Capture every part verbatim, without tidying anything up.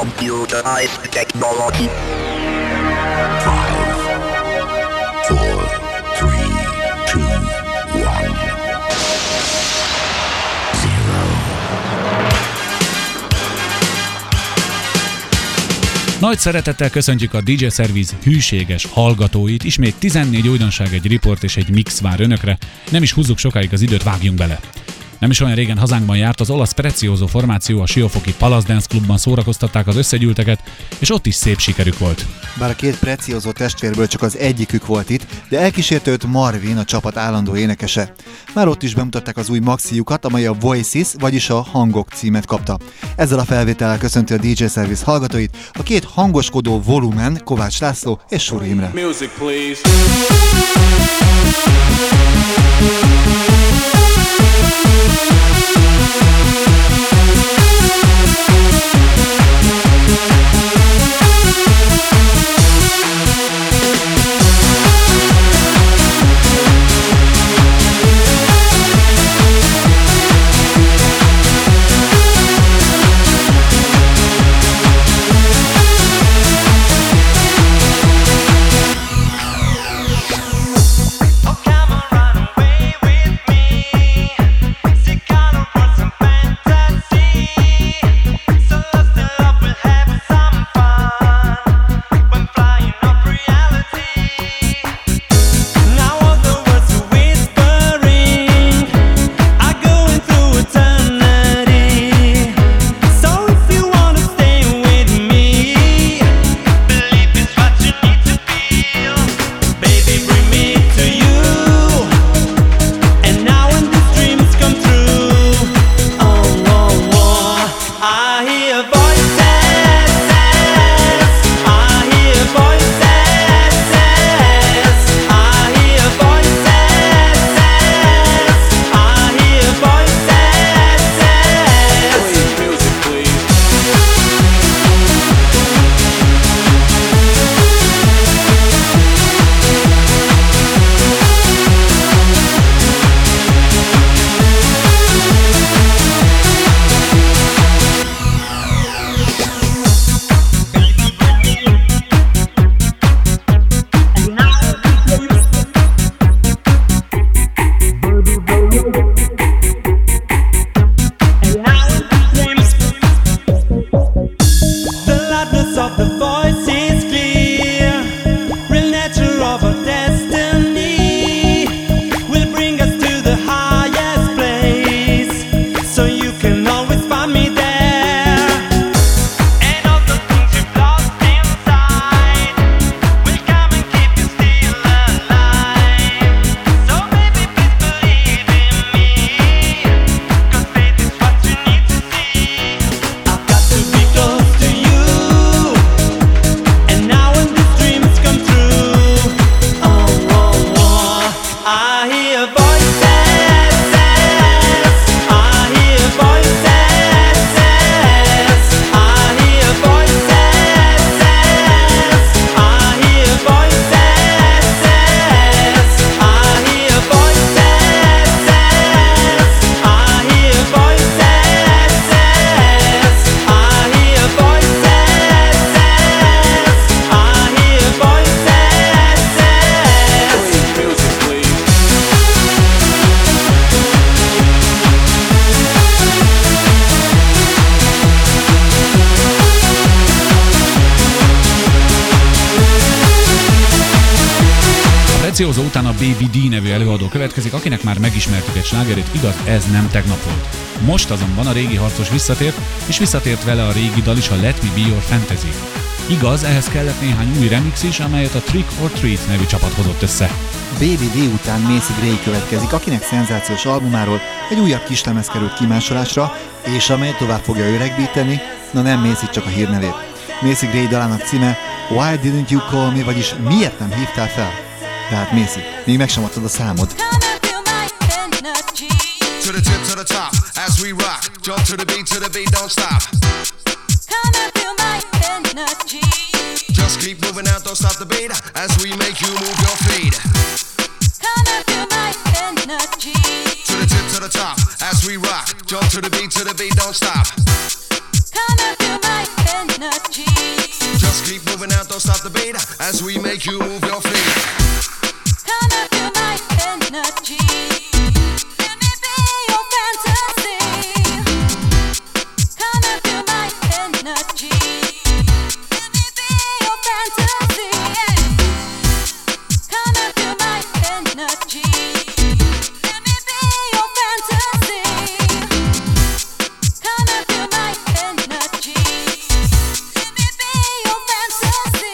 Computerized technology. Five, four, three, two, one, zero. Nagy szeretettel köszöntjük a dé dzsé Service hűséges hallgatóit. Ismét tizennégy újdonság, egy report és egy mix vár önökre. Nem is húzzuk sokáig az időt, vágjunk bele. Nem is olyan régen hazánkban járt az olasz Prezioso formáció, a siófoki Palace Dance Clubban szórakoztatták az összegyűlteket, és ott is szép sikerük volt. Bár a két Prezioso testvérből csak az egyikük volt itt, de elkísérte őt Marvin, a csapat állandó énekese. Már ott is bemutatták az új maxiukat, amely a Voices, vagyis a Hangok címet kapta. Ezzel a felvétellel köszönti a dé dzsé Service hallgatóit a két hangoskodó volumen, Kovács László és Suri Imre. Music, please. Prezioso után a Baby D nevű előadó következik, akinek már megismertük egy slágerét, igaz, ez nem tegnap volt. Most azonban a régi harcos visszatért, és visszatért vele a régi dal is, a Let Me Be Your Fantasy. Igaz, ehhez kellett néhány új remix is, amelyet a Trick or Treat nevű csapat hozott össze. Baby D után Macy Gray következik, akinek szenzációs albumáról egy újabb kislemez került kimásolásra, és amely tovább fogja öregbíteni, na nem Macy, csak a hírnevét. Macy Gray dalának címe Why Didn't You Call Me, vagyis miért nem hívtál fel? Tehát Macy, még meg sem adtad a számod. To the tip, to the top, as we rock, jump to the beat, to the beat, don't stop. Come and feel my energy. Just keep moving out, don't stop the beat, as we make you move your feet. Come and feel my energy. To the tip, to the top, as we rock, jump to the beat, to the beat, don't stop. Come and feel my energy. make you move your feet. Come and feel my energy. Let me be your fantasy. Come and feel my energy. Let me be your fantasy. Come and feel my energy. Let me be your fantasy. Come and feel my energy. Let me be your fantasy.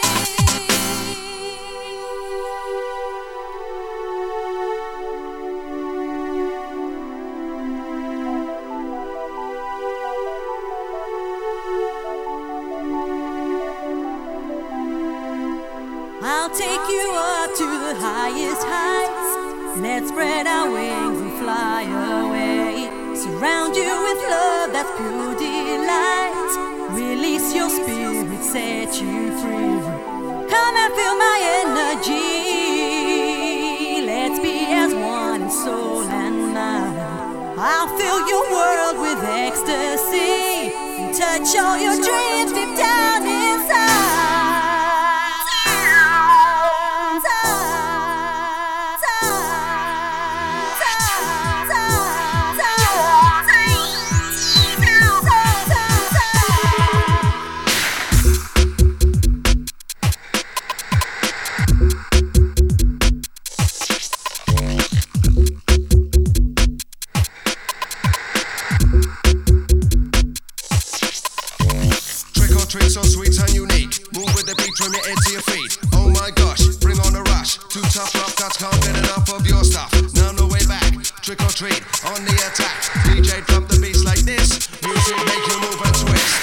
I'll take you up to the highest heights. Let's spread our wings and fly away. Surround you with love that's pure delight. Release your spirit, set you free. Come and feel my energy. Let's be as one in soul and mind. I'll fill your world with ecstasy and touch all your dreams deep down inside. Trick or treat so sweet and unique. Move with the beat from your head to your feet. Oh my gosh, bring on the rush. Two tough rock cuts can't get enough of your stuff. Now no way back. Trick or treat on the attack. D J drop the beats like this. Music make you move and twist.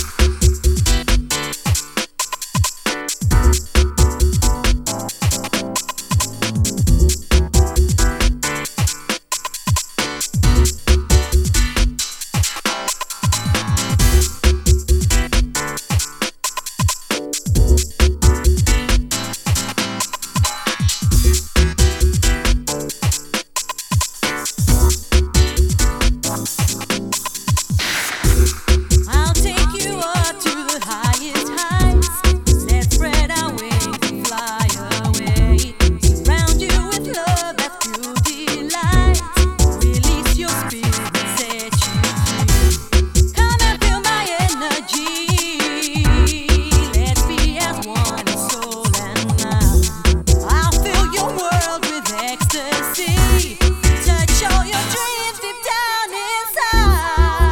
I'll take you up to the highest heights. Let's spread our wings and fly away. Surround you with love that's pure delight. Release your spirit, set you free. Come and feel my energy. Let's be as one in soul and mind. I'll fill your world with ecstasy. Touch all your dreams deep down inside.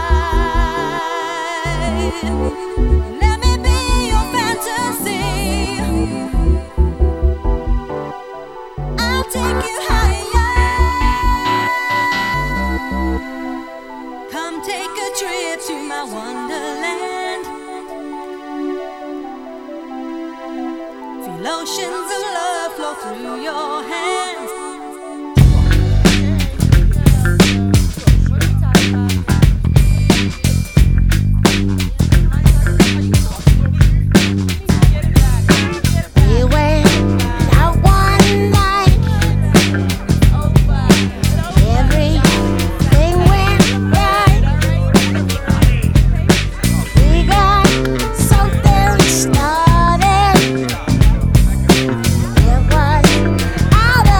Let me be your fantasy. I'll take you higher. Come take a trip to my wonderland. Feel oceans of love flow through your hands. We went out one night. Everything went right. We got something started. It was out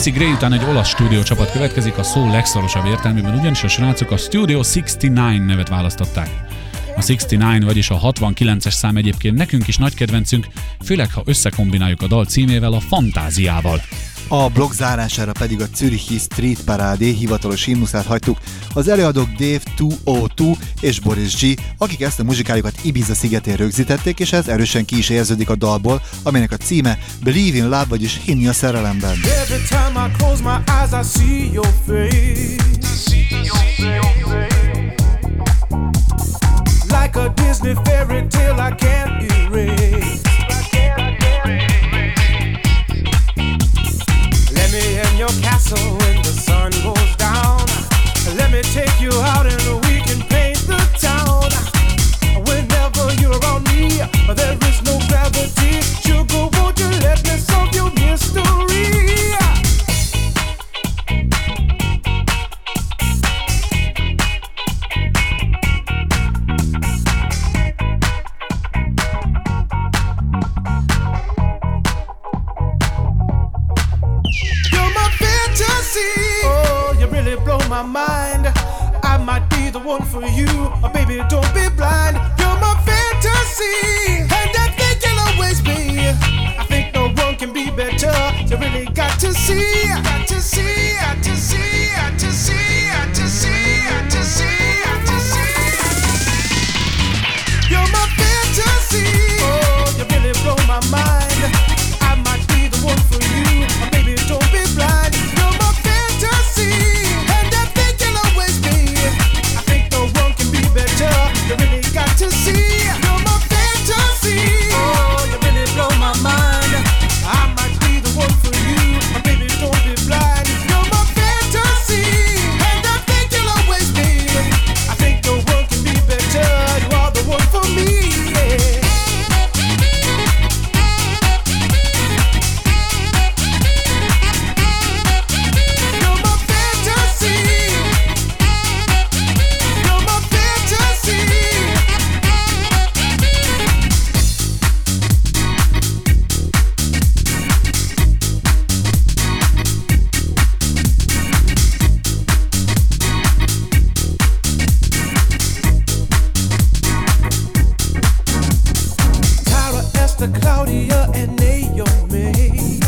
Macy Gray után egy olasz stúdiócsapat következik a szó legszorosabb értelmében, ugyanis a srácok a Studio hatvankilenc nevet választották. A hatvankilenc, vagyis a hatvankilences szám egyébként nekünk is nagy kedvencünk, főleg ha összekombináljuk a dal címével, a Fantáziával. A blog zárására pedig a Zürichi Street Parade hivatalos himnuszát hagytuk. Az előadók Dave kétszázkettő és Boris G, akik ezt a muzsikájukat Ibiza szigetén rögzítették, és ez erősen ki is érződik a dalból, aminek a címe Believe in Love, vagyis hinni a szerelemben. Every time I close my eyes, I see your face. Like a Disney fairy tale I can't erase. Let me in your castle when the sun goes down. Let me take you out and we can paint the town. Whenever you're around me, there is no gravity. Sugar, won't you let me solve your mystery? My mind, I might be the one for you. Oh, baby, don't be blind. You're my fantasy, and I think you'll always be. I think no one can be better. You really got to see, got to see, got to see, got to see, got to see, got to see, got to see. You're my fantasy. Oh, you really blow my mind. I might be the one for you. Oh, baby, don't be blind. You're my fantasy. You really got to see, you're my fantasy. Oh, you really blow my mind. I might be the one for you, but baby, don't be blind. You're my fantasy, and I think you'll always be. I think no one can be better. You are the one for me. Yeah. You're my fantasy. You're my fantasy. Claudia and Naomi.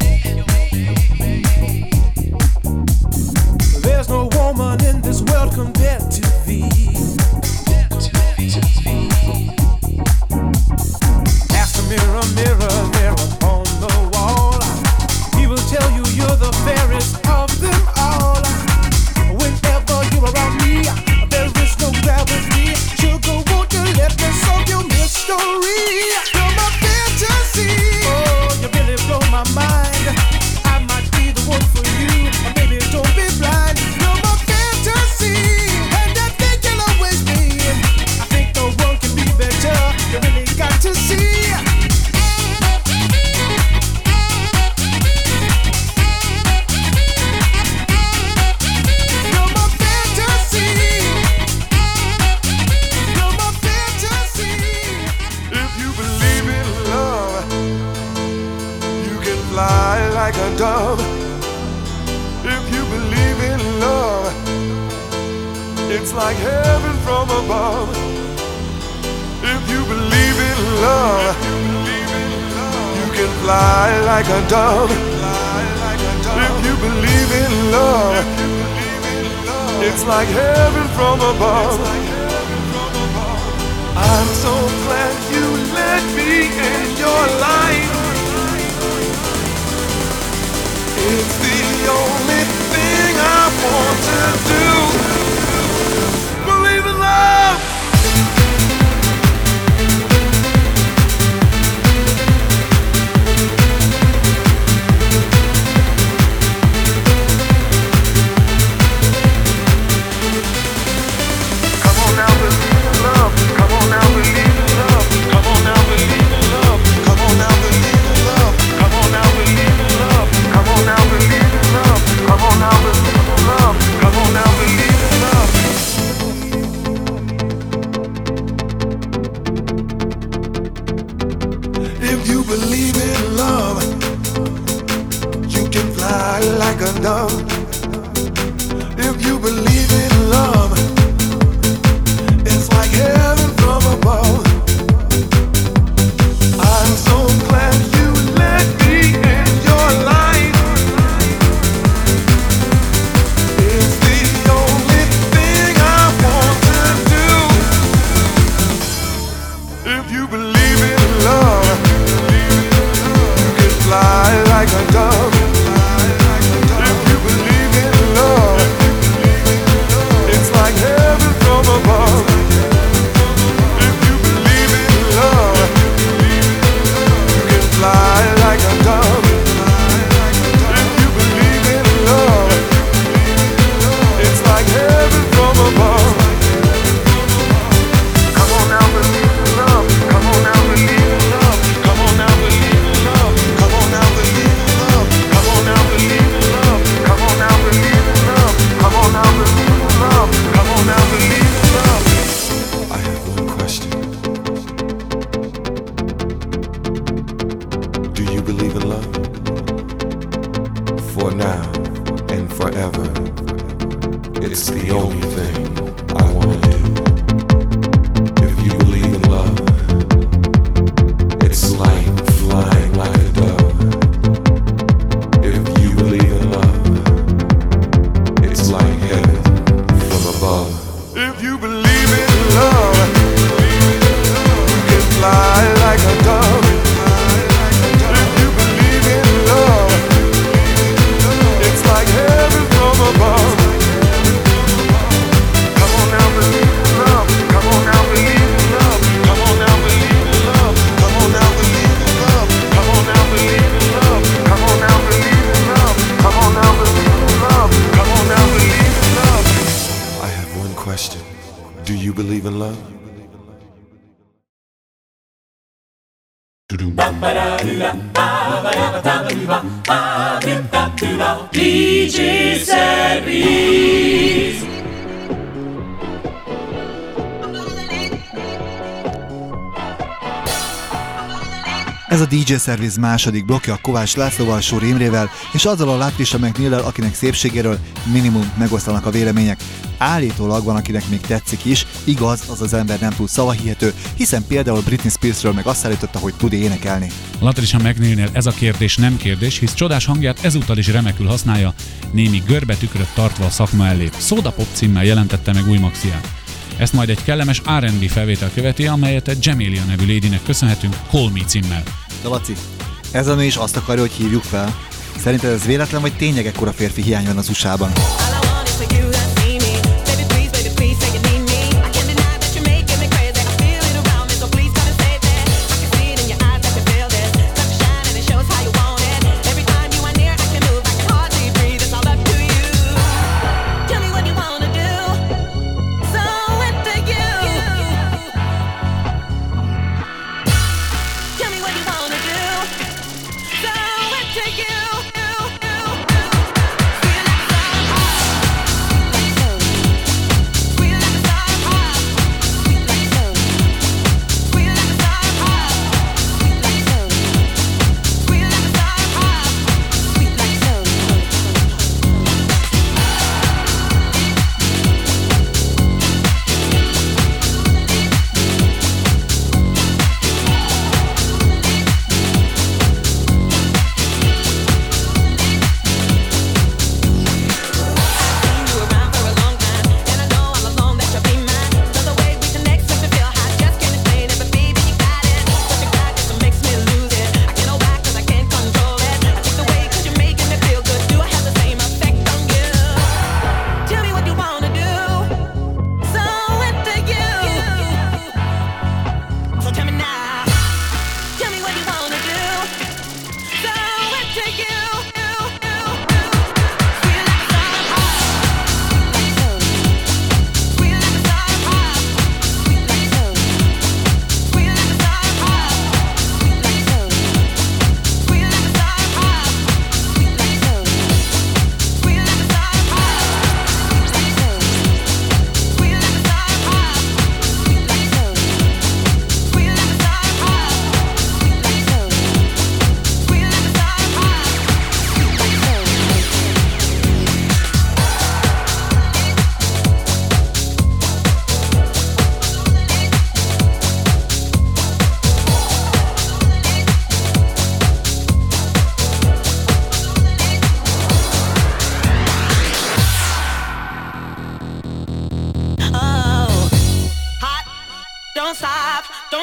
There's no woman in this world compared to thee. Ask the mirror, mirror, there upon the wall. He will tell you you're the fairest of them all. Whenever you're around me, there is no gravity. Sugar, won't you let me solve your mystery? Oh, you really blow my mind. I might be the one for you, but baby, don't be blind. You're my fantasy, and I think you'll always be. I think no one can be better. You really got to see. You're my fantasy. You're my fantasy. If you believe in love, fly like a dove. If you believe in love, it's like heaven from above. If you believe in love, you can fly like a dove. If you believe in love, it's like heaven from above. I'm so glad you let me in your life. It's the only thing I want to do. Believe in love. Come on now, believe in love. Come on now, believe in love. Come on now, believe in love. Come on now, believe in love. Come on now, believe in love. Come on now, believe in love. Come on now, believe in love. Come on now, believe in love. done. If you believe in love, it's like heaven from above. I'm so glad you let me in your life. It's the only thing I want to do. If you believe in love, you can fly like a dove. If you believe in love, it's like heaven from above. If you believe in love, you can fly like a dove. If you believe in love, it's like heaven from above. Come on now, believe in love. Come on now, believe in love. Come on now, believe in love. Come on now, believe in love. Come on now, believe in love. Come on now, believe in love. Come on now, believe in love. Come on now, believe in love. I have one question. Do you believe in love? For now and forever, it's the only thing I want to do. If you believe in love, it's like flying like a dove. If you believe in love, it's like heaven from above. If you believe in love, you can fly like a dove. If you believe in love, it's like heaven from above. Come on now, believe in love. Come on now, believe in love. Come on now, believe in love. Come on now, believe in love. Come on now, believe in love. Come on now, believe in love. Come on now, believe in love. Come on now, believe in love. I have one question. Do you believe in love? dé jé Service. Ez a dé jé Service második blokkja Kovács Lászlóval, Sóri Imrével és azzal a Latricia McNeillel, akinek szépségéről minimum megosztanak a vélemények. Állítólag van, akinek még tetszik is, igaz, az az ember nem túl szavahihető, hiszen például Britney Spearsről meg azt állította, hogy tud énekelni. Latricia McNeillnél ez a kérdés nem kérdés, hisz csodás hangját ezúttal is remekül használja, némi görbetükröt tartva a szakma elé. Soda Pop címmel jelentette meg új maxiát. Ezt majd egy kellemes er end bé felvétel követi, amelyet egy Jamelia nevű ladynek köszönhetünk Call Me címmel. De Laci, ez a nő is azt akarja, hogy hívjuk fel. Szerinted ez véletlen, vagy tényleg ekkora férfi hiány van az u es á-ban? Feel like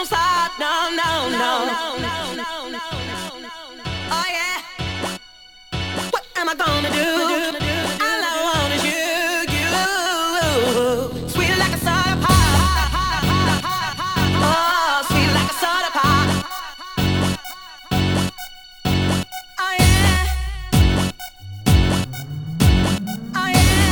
don't stop, no, no, no. Oh yeah. What am I gonna do? All I want is you, you. Sweet like a soda pop. Oh, sweet like a soda pop. Oh yeah. Oh yeah.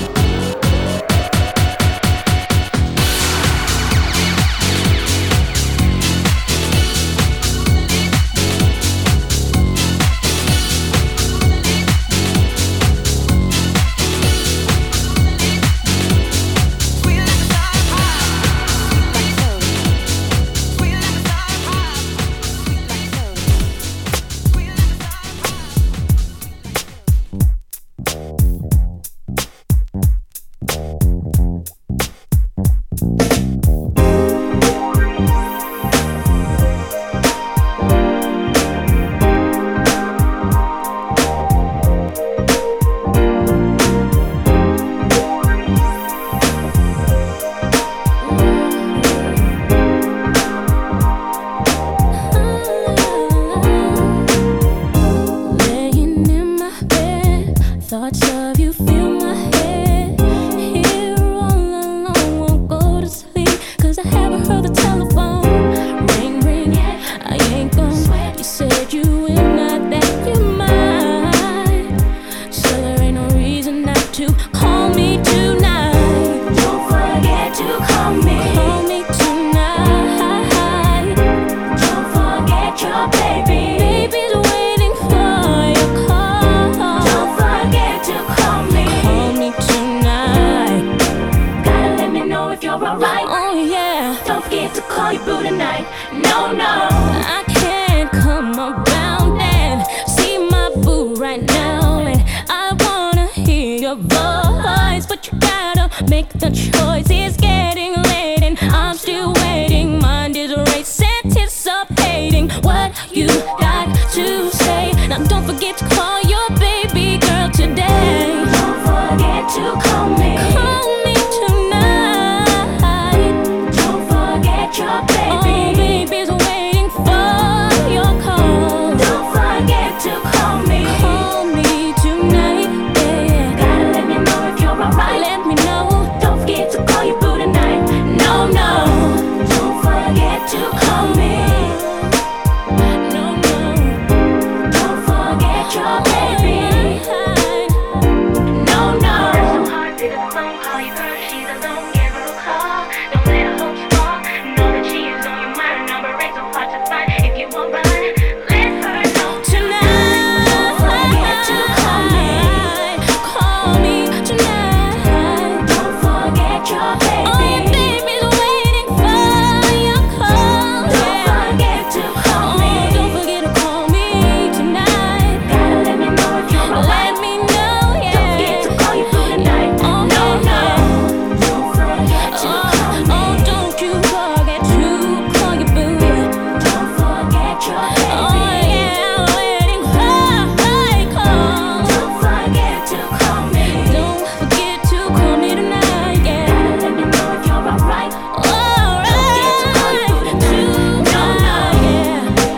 Laying in my bed, thoughts of you fill my head. Here all alone, won't go to sleep, 'cause I haven't heard the telephone ring, ring. I ain't gon' sweat. You said you will not, that you might, so there ain't no reason not to call me tonight. Don't forget to call me. Call me tonight. Don't forget your baby. Baby's waiting for your call. Don't forget to call me. Call me tonight. Gotta let me know if you're alright. Oh yeah. Don't forget to call your boo tonight. No, no. I can't come around and see my boo right now, and I wanna hear your voice, but you gotta make the choice. It's getting late and I'm still waiting. Mind is racing, anticipating what you got to say. Now don't forget to call your baby girl today. Don't forget to call me. Call me tonight. Don't forget your baby. Oh, baby's waiting for your call. Don't forget to call me. Call me tonight. Yeah. Gotta let me know if you're alright. Let me know. Don't forget to call your boo tonight. No, no. Don't forget to call me. No, no. Don't forget your baby. No, no. So hard to the phone, call your girl, she's alone, give her a call. Don't let her hope fall. Know that she is on your mind. Number ain't so hard to find. If you won't run, let her know tonight. Don't forget to call me. Call me tonight. Don't forget your baby. Oh, your baby's waiting for your call. Don't forget to call me. Oh, don't forget to call me tonight. Gotta let me know if you're alright. Let me know, yeah. Don't forget to call your boo tonight. Oh, no, no. Don't forget to call me. Oh, don't you forget to call your boo. Don't forget your baby. Oh, yeah, I'm waiting for my call. Don't forget to call me. Don't forget to call me tonight, yeah. Gotta let me know if you're alright. Alright. Don't forget to call your boo tonight. No, no, yeah.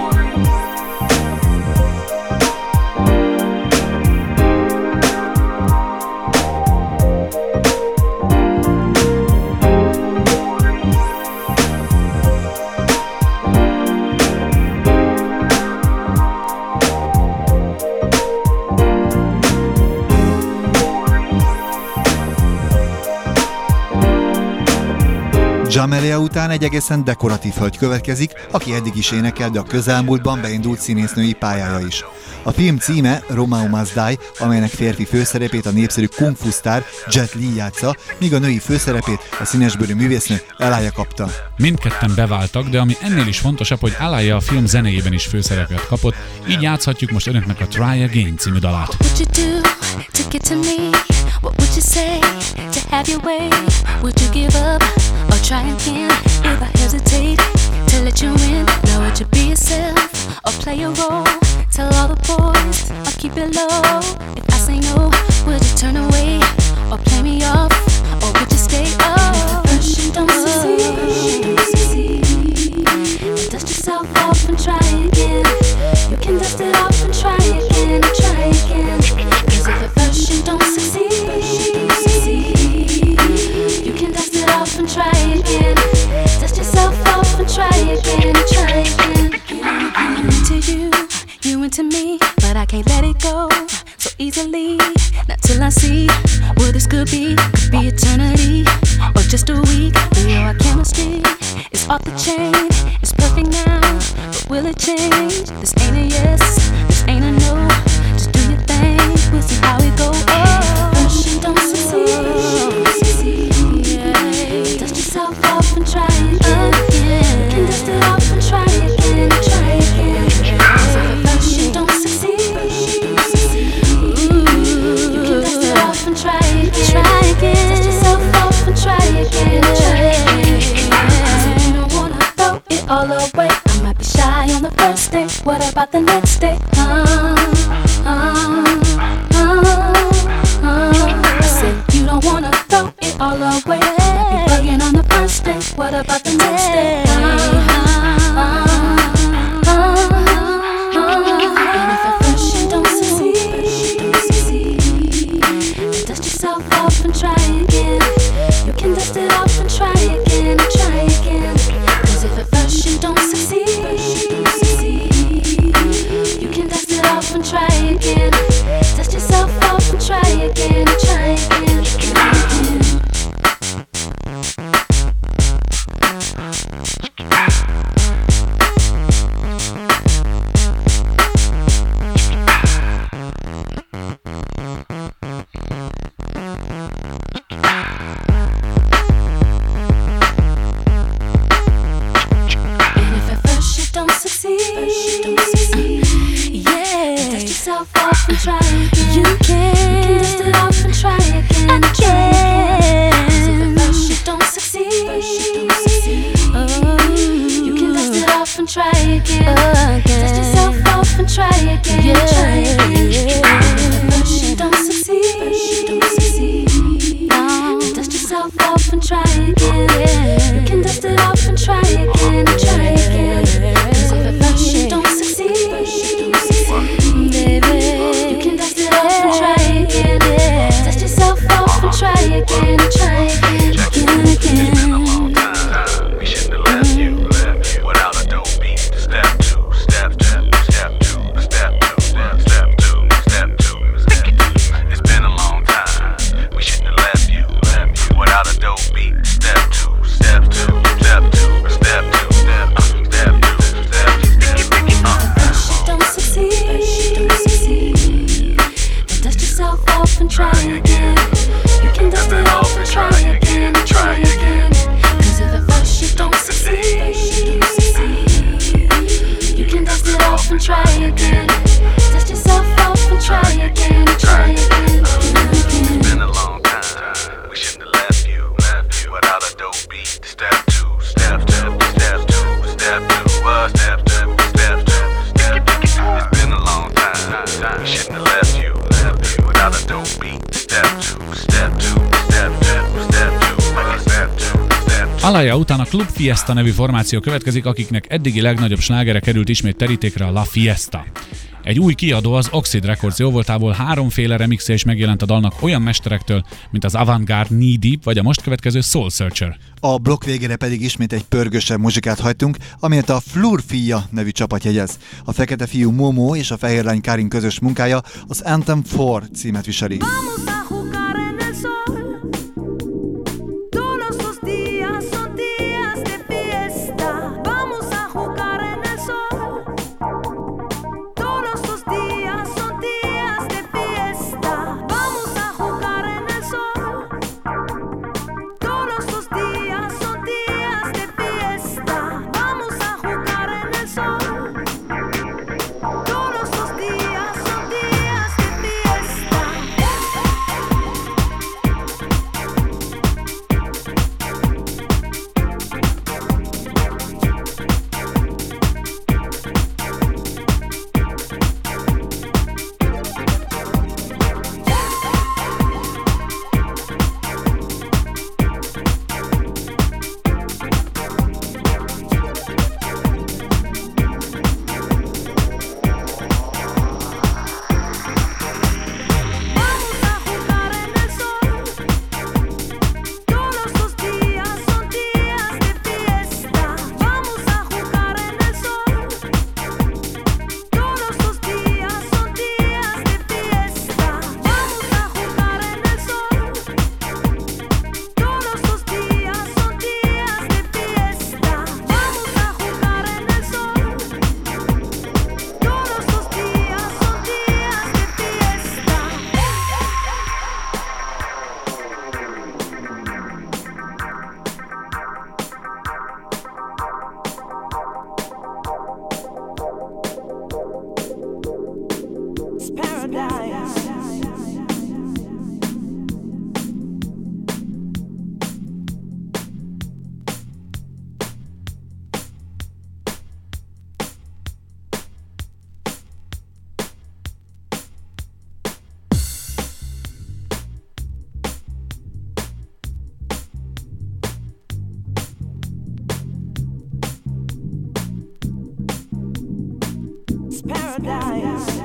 Jamelia után egy egészen dekoratív hölgy következik, aki eddig is énekel, de a közelmúltban beindult színésznői pályája is. A film címe Romeo Must Die, amelynek férfi főszerepét a népszerű kung fu sztár Jet Li játsza, míg a női főszerepét a színesbőrű művésznő Elia kapta. Mindketten beváltak, de ami ennél is fontosabb, hogy Elia a film zenéjében is főszerepet kapott, így játszhatjuk most önöknek a Try Again című dalát. What would you do to get to me? What would you say to have your way? Would you give up or try again? If I hesitate to let you in, now would you be yourself or play a role? Tell all the boys or keep it low. If I say no, would you turn away or play me off? Or would you stay up? Don't succeed. yourself off and try again. You can dust it off and try again, try again. Cause if at first you don't succeed, you can dust it off and try again. Dust yourself off and try again, try again. I'm into you, you into me, but I can't let it go so easily. Not till I see what this could be. Could be eternity or just a week. We know our chemistry is off the chain. It's perfect now, but will it change? This ain't a yes, this ain't a no. Just do your thing, we'll see how it goes. Oh, first you don't succeed, yeah. Dust yourself off and try again. You can dust it off and try again, try again. So if first you don't succeed, you can dust it off and try again, try again. Dust yourself off and try again, try again. So you don't wanna throw it all away. I might be shy on the first day. What about the next day? Uh, uh, uh, uh. I said you don't wanna throw it all away. Might be bugging on the first day. What about the next day? Uh, uh, uh, uh. And if at first you don't succeed, then dust yourself off and try again. You can dust it off and try again, try again. Cause if at first you don't succeed, you can dust it off and try again. Dust yourself off and try again, try again, try again. Off and try again. You can, you can dust it off and try again, try again. Cause if at first you don't succeed, oh, you can dust it off and try again. Dust yourself off and try again, try again. If at first you don't succeed, then dust yourself off and try again. You can dust it off and try again, try again. Cause if at first you don't succeed, you can dust it off and try again. Dust yourself off and try again, try again, again, again. It's been a long time. We shouldn't have left you, left you without a dope beat. Step two, step two, step two, step two, step step two, step two, step two. It's been a long time. We shouldn't have left you, left you without a dope beat. Step two, step two, step two, step two, step two, step two, step two. Don't succeed. Dust yourself off and try again. You can dust it off and try again, try again. Cause if at first you don't succeed, you can dust it off and try again. Dust yourself off and try again, try again. It's been a long time. We shouldn't have left you, left you without a dope beat. Step two, step two, step two, step two, uh, step two, step two, step two. It's been a long time. We shouldn't have left you, left you without a dope beat. Step two, step two, step two, step two, uh, step two, step two. Alaya után a Club Fiesta nevű formáció következik, akiknek eddigi legnagyobb slágere került ismét terítékre, a La Fiesta. Egy új kiadó, az Oxide Records jóvoltából háromféle remixje is megjelent a dalnak olyan mesterektől, mint az Avantgarde Knee Deep vagy a most következő Soul Searcher. A blokk végére pedig ismét egy pörgősebb muzsikát hagytunk, amelyet a Flurfia nevű csapat jegyez. A fekete fiú Momo és a fehér lány Karin közös munkája az Anthem négy címet viseli. paradise.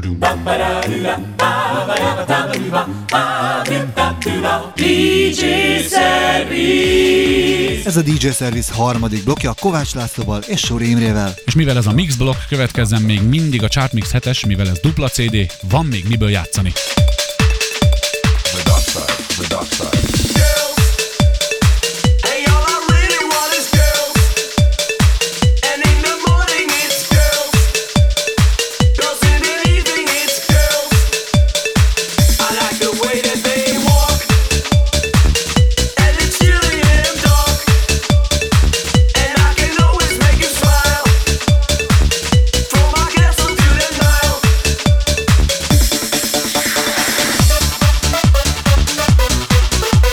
dé dzsé Service. Ez a dé dzsé Service harmadik blokja Kovács Lászlóval és Sóri Imrével. És mivel ez a mix blokk, következzen még mindig a Chartmix hetes, mivel ez dupla cé dé, van még miből játszani. The dark side, the dark side. Smile.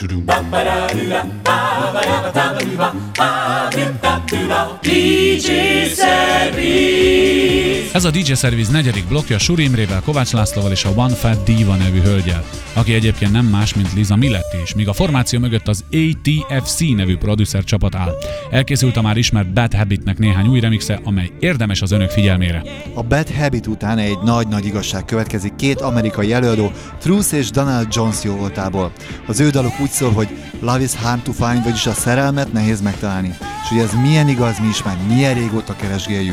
dé dzsé Service. Ez a dé dzsé Service negyedik blokkja Suri Imrével, Kovács Lászlóval és a One Fat Diva nevű hölgyel, aki egyébként nem más, mint Liza Miletti is, míg a formáció mögött az á té ef cé nevű producer csapat áll. Elkészült a már ismert Bad Habitnek néhány új remixe, amely érdemes az önök figyelmére. A Bad Habit után egy nagy-nagy igazság következik két amerikai előadó, Truth és Donald Jones jó voltából. Az ő daluk úgy szól, hogy Love is hard to find, vagyis a szerelmet nehéz megtalálni. És hogy ez milyen igaz, mi is már milyen régóta keresgéljük.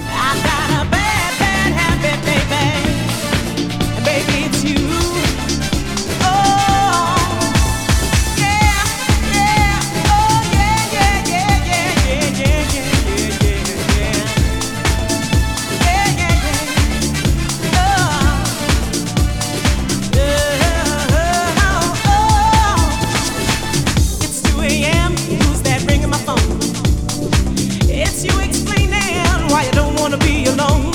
Why you don't wanna be alone?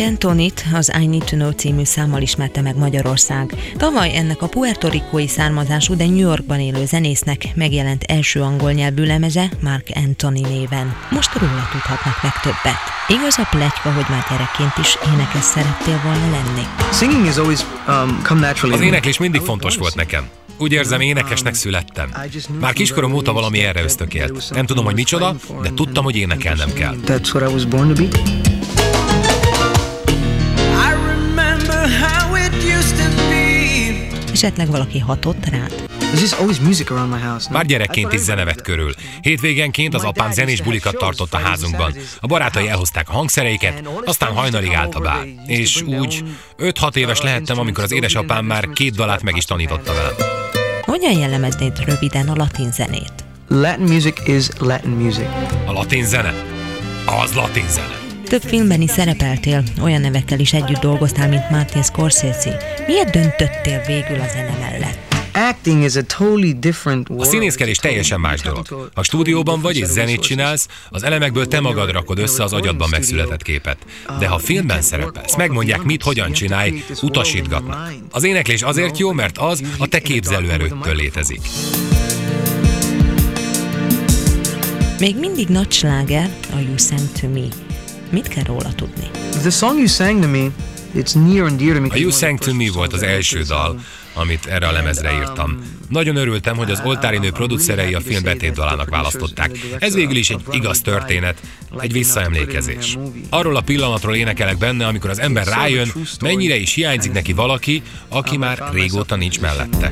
Anthonyt az I Need to Know című számmal ismerte meg Magyarország. Tavaly ennek a puertoricói származású, de New Yorkban élő zenésznek megjelent első angol nyelvű lemeze Marc Anthony néven. Most róla tudhatnak meg többet. Igaz a pletyka, hogy már gyerekként is énekes szerettél volna lenni? Az éneklés mindig fontos volt nekem. Úgy érzem, énekesnek születtem. Már kiskorom óta valami erre ösztökélt. Nem tudom, hogy micsoda, de tudtam, hogy énekelnem kell. Esetleg valaki hatott rád? Már gyerekként is zene vett körül. Hétvégenként az apám zenés bulikat tartott a házunkban. A barátai elhozták a hangszereiket, aztán hajnalig állt a bál. És úgy öt-hat éves lehettem, amikor az édesapám már két dalát meg is tanította velem. Hogyan jellemeznéd röviden a latin zenét? Latin music is Latin music. A latin zene? Az latin zene. Több filmben is szerepeltél, olyan nevekkel is együtt dolgoztál, mint Martin Scorsese. Miért döntöttél végül a zene mellett? Acting is a totally different world. A színészkedés teljesen más dolog. Ha stúdióban vagy és zenét csinálsz, az elemekből te magad rakod össze az agyadban megszületett képet. De ha filmben szerepelsz, megmondják, mit, hogyan csinálj, utasítgatnak. Az éneklés azért jó, mert az a te képzelőerőttől létezik. Még mindig nagy sláger a You Sang To Me. Mit kell róla tudni? The song You Sang To Me, it's near and dear to me. A You Sang To Me volt az első dal, amit erre a lemezre írtam. Nagyon örültem, hogy az Oltári Nő producerei a film betétdalának választották. Ez végül is egy igaz történet, egy visszaemlékezés. Arról a pillanatról énekelek benne, amikor az ember rájön, mennyire is hiányzik neki valaki, aki már régóta nincs mellette.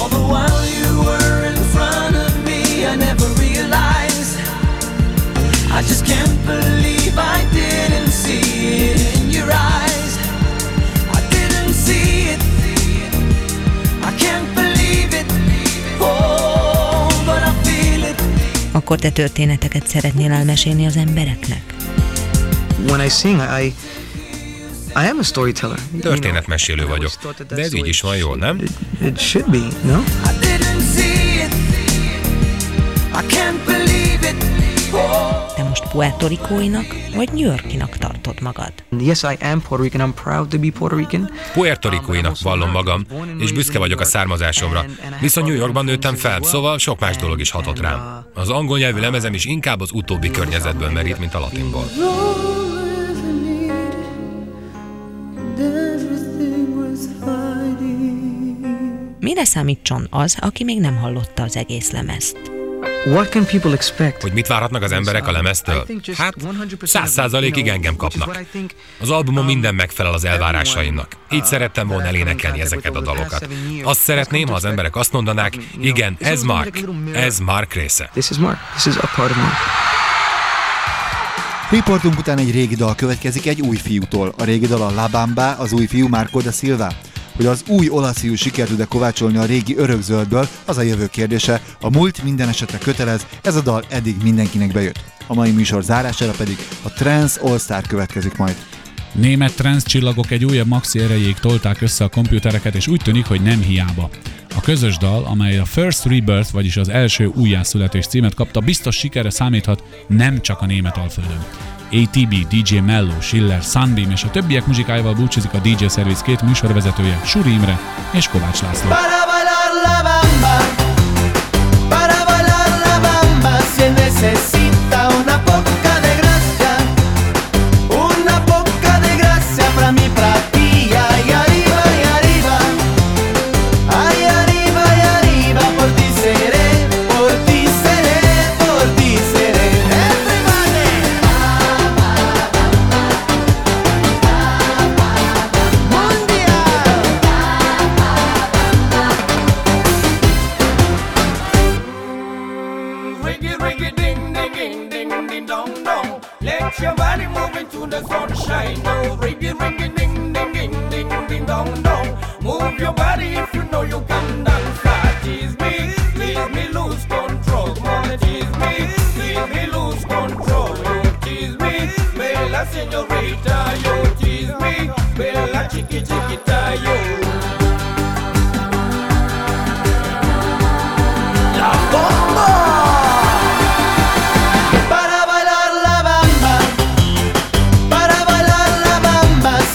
I just can't believe I didn't see it in your eyes. I didn't see it. I can't believe it. Oh, but I feel it. Akkor te történeteket szeretnél elmesélni az embereknek? When I sing, I I am a storyteller. Történetmesélő vagyok, de ez így is van jól, nem? It, it should be, no? I didn't see it. I can't believe it. Te most puertoricóinak vagy New Yorkinak tartod magad? Yes, I am Puerto Rican. I'm proud to be Puerto Rican. Puertoricóinak vallom magam, és büszke vagyok a származásomra. Viszont New Yorkban nőttem fel, szóval sok más dolog is hatott rám. Az angol nyelvű lemezem is inkább az utóbbi környezetből merít, mint a latinból. Mire számítson az, aki még nem hallotta az egész lemezt? What can people expect? Hogy mit várhatnak az emberek a lemeztől? Hát, száz százalékig engem kapnak. Az albumon minden megfelel az elvárásaimnak. Így szerettem volna elénekelni ezeket a dalokat. Azt szeretném, ha az emberek azt mondanák, igen, ez Mark, ez Mark része. This is Mark, this is a part of Mark. Riportunk után egy régi dal következik egy új fiútól. A régi dal a La Bamba, az új fiú Marco da Silva. Hogy az új olasz fiú sikert tud-e kovácsolni a régi örökzöldből, az a jövő kérdése. A múlt minden esetre kötelez, ez a dal eddig mindenkinek bejött. A mai műsor zárására pedig a Trance All Star következik majd. Német trance csillagok egy újabb maxi erejéig tolták össze a komputereket, és úgy tűnik, hogy nem hiába. A közös dal, amely a First Rebirth, vagyis az első újjászületés címet kapta, biztos sikerre számíthat nem csak a német alföldön. á té bé, dé dzsé Mello, Schiller, Sunbeam és a többiek muzsikájával búcsúzik a dé dzsé Service két műsorvezetője, Suri Imre és Kovács László. Para bailar la bamba, para bailar la bamba, se necesita una poca de gracia, una poca de gracia para mi platilla, y arriba, y arriba, ay arriba, y arriba, por ti seré, por ti seré, por ti seré. Everybody. Mundial. Ring it, ring it, ding, ding, ding, ding, ding, dong, dong. Let your body move into the sunshine. Oh, ring it, ring it, ding, ding, ding, ding, ding, dong, dong. Move your body if you know you can dance. Flat. Tease me, tease me, lose control. Come on, tease me, tease me, lose control. You tease me, bella señorita. You tease me, bella chiqui chiquita. You. La bomba. Para bailar la bamba, para bailar la bamba,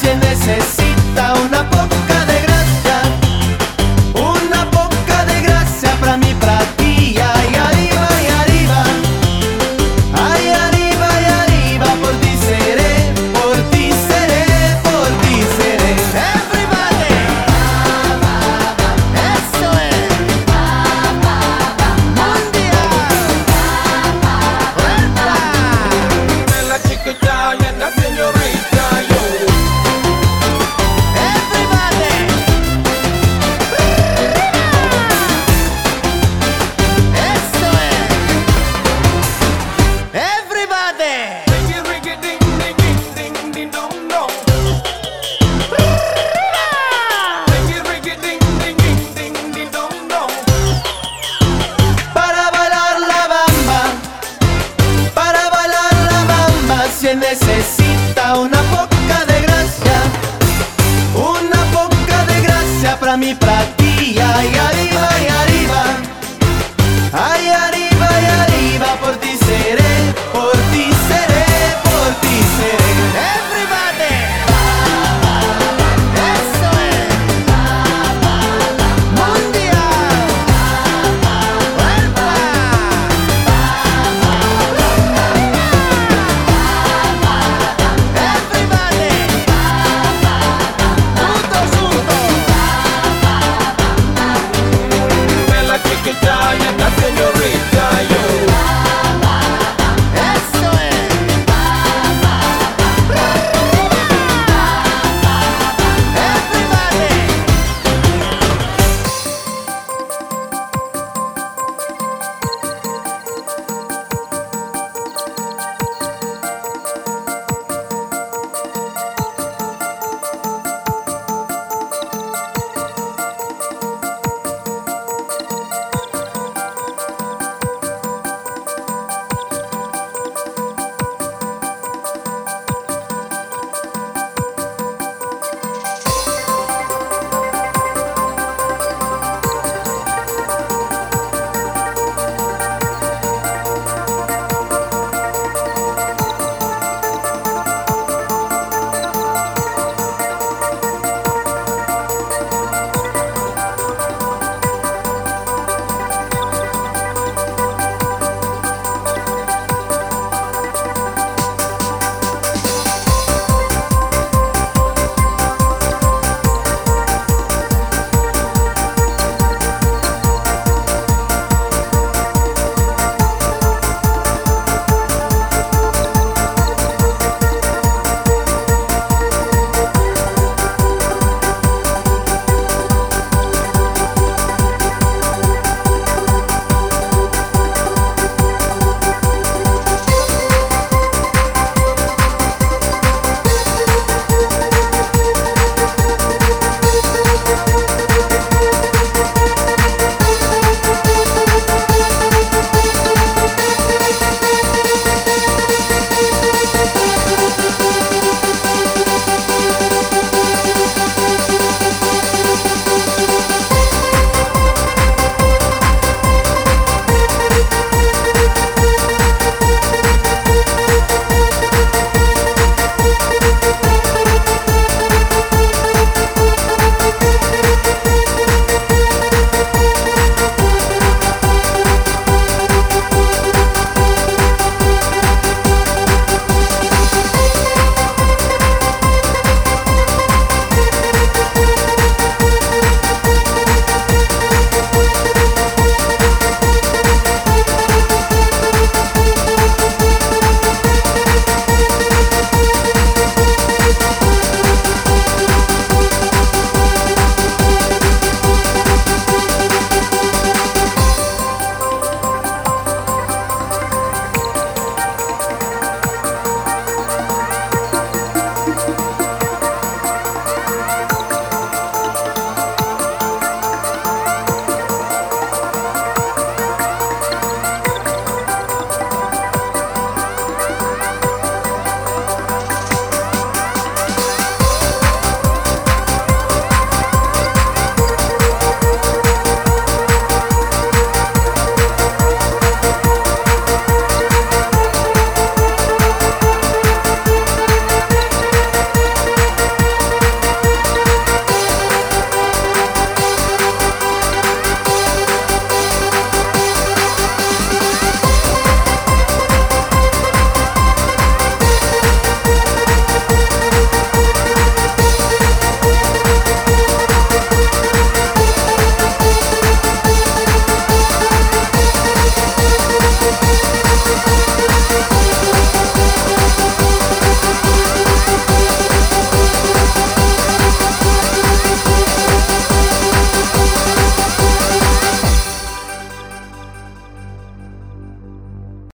pra mim, pra ti, ai, ai,